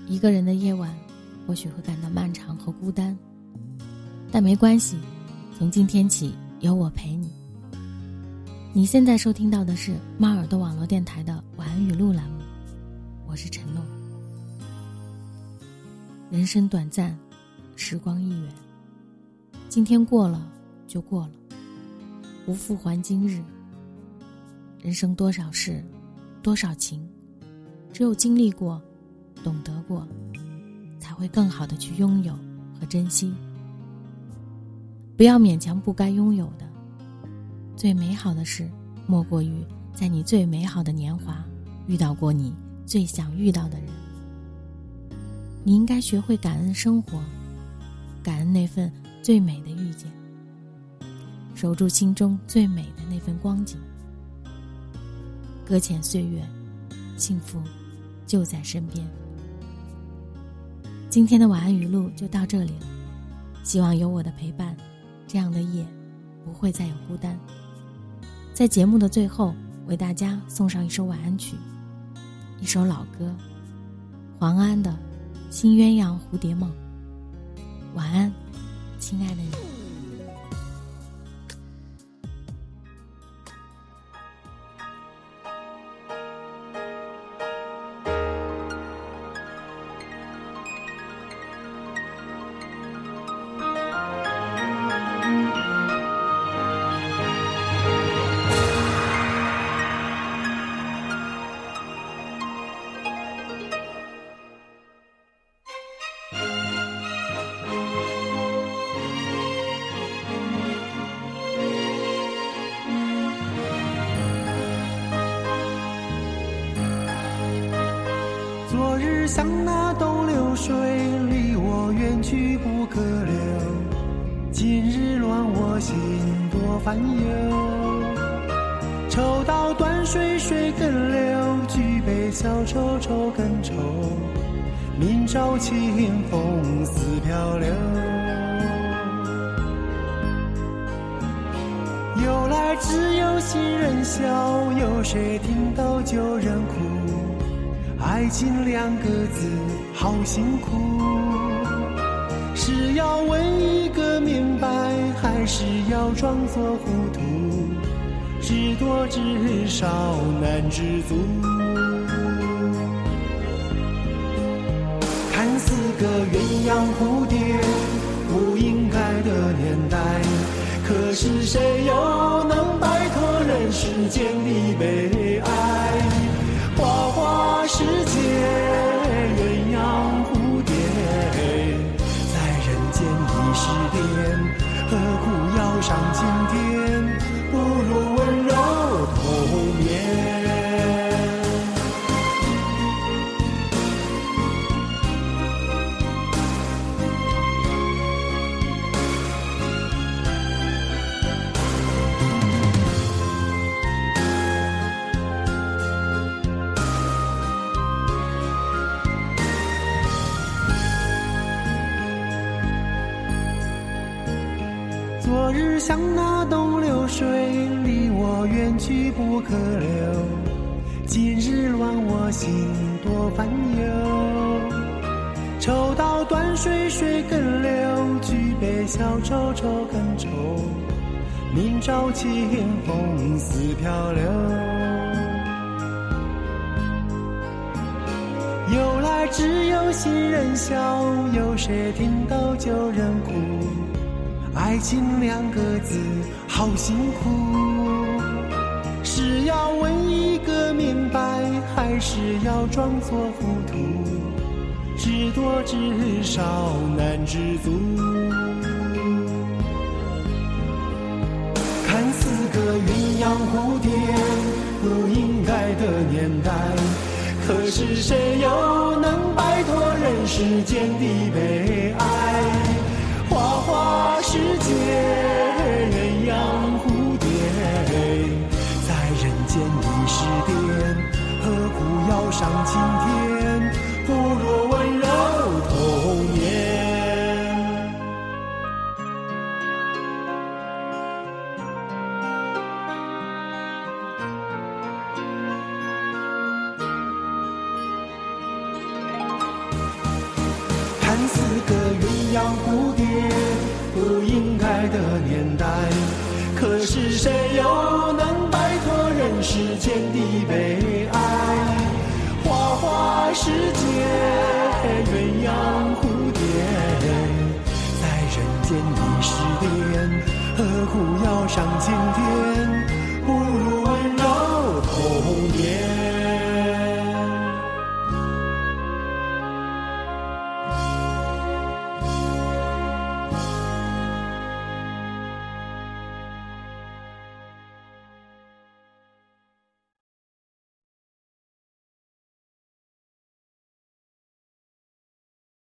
一个人的夜晚或许会感到漫长和孤单，但没关系，从今天起有我陪你。你现在收听到的是猫耳朵网络电台的晚安语录栏目，我是陈诺。人生短暂，时光易远，今天过了就过了，不复还今日。人生多少事，多少情，只有经历过，懂得过，才会更好的去拥有和珍惜。不要勉强不该拥有的，最美好的事莫过于在你最美好的年华遇到过你最想遇到的人。你应该学会感恩生活，感恩那份最美的遇见，守住心中最美的那份光景。搁浅岁月，幸福就在身边。今天的晚安语录就到这里了，希望有我的陪伴，这样的夜不会再有孤单。在节目的最后，为大家送上一首晚安曲，一首老歌，黄安的《新鸳鸯蝴蝶梦》。晚安，亲爱的你。 昨日像那东流水，离我远去不可留。今日乱我心，多烦忧。抽刀断水，水更流；举杯消愁，愁更愁。明朝清风似飘流。由来只有新人笑，有谁听到旧人哭？爱情两个字好辛苦，是要问一个明白，还是要装作糊涂？知多知少难知足。看似个鸳鸯蝴蝶，不应该的年代，可是谁又能摆脱人世间的悲哀？花花世界，鸳鸯蝴蝶，在人间已是癫，何苦要上青天？不如温柔童年。昨日像那东流水，离我远去不可留。今日乱我心，多烦忧。抽刀断水，水更流；举杯消愁，愁更愁。明朝清风似飘流。由来只有新人笑，有谁听到旧人哭？爱情两个字好辛苦，是要问一个明白，还是要装作糊涂？知多知少难知足。看似个鸳鸯蝴蝶，不应该的年代，可是谁又能摆脱人世间的悲哀？花花世界，鸳鸯蝴蝶，在人间已是癫，何苦要上青天？不若温柔童年。 四个鸳鸯蝴蝶，不应该的年代。可是谁又能摆脱人世间的悲哀？花花世界，鸳鸯蝴蝶，在人间的试炼，何苦要上青天？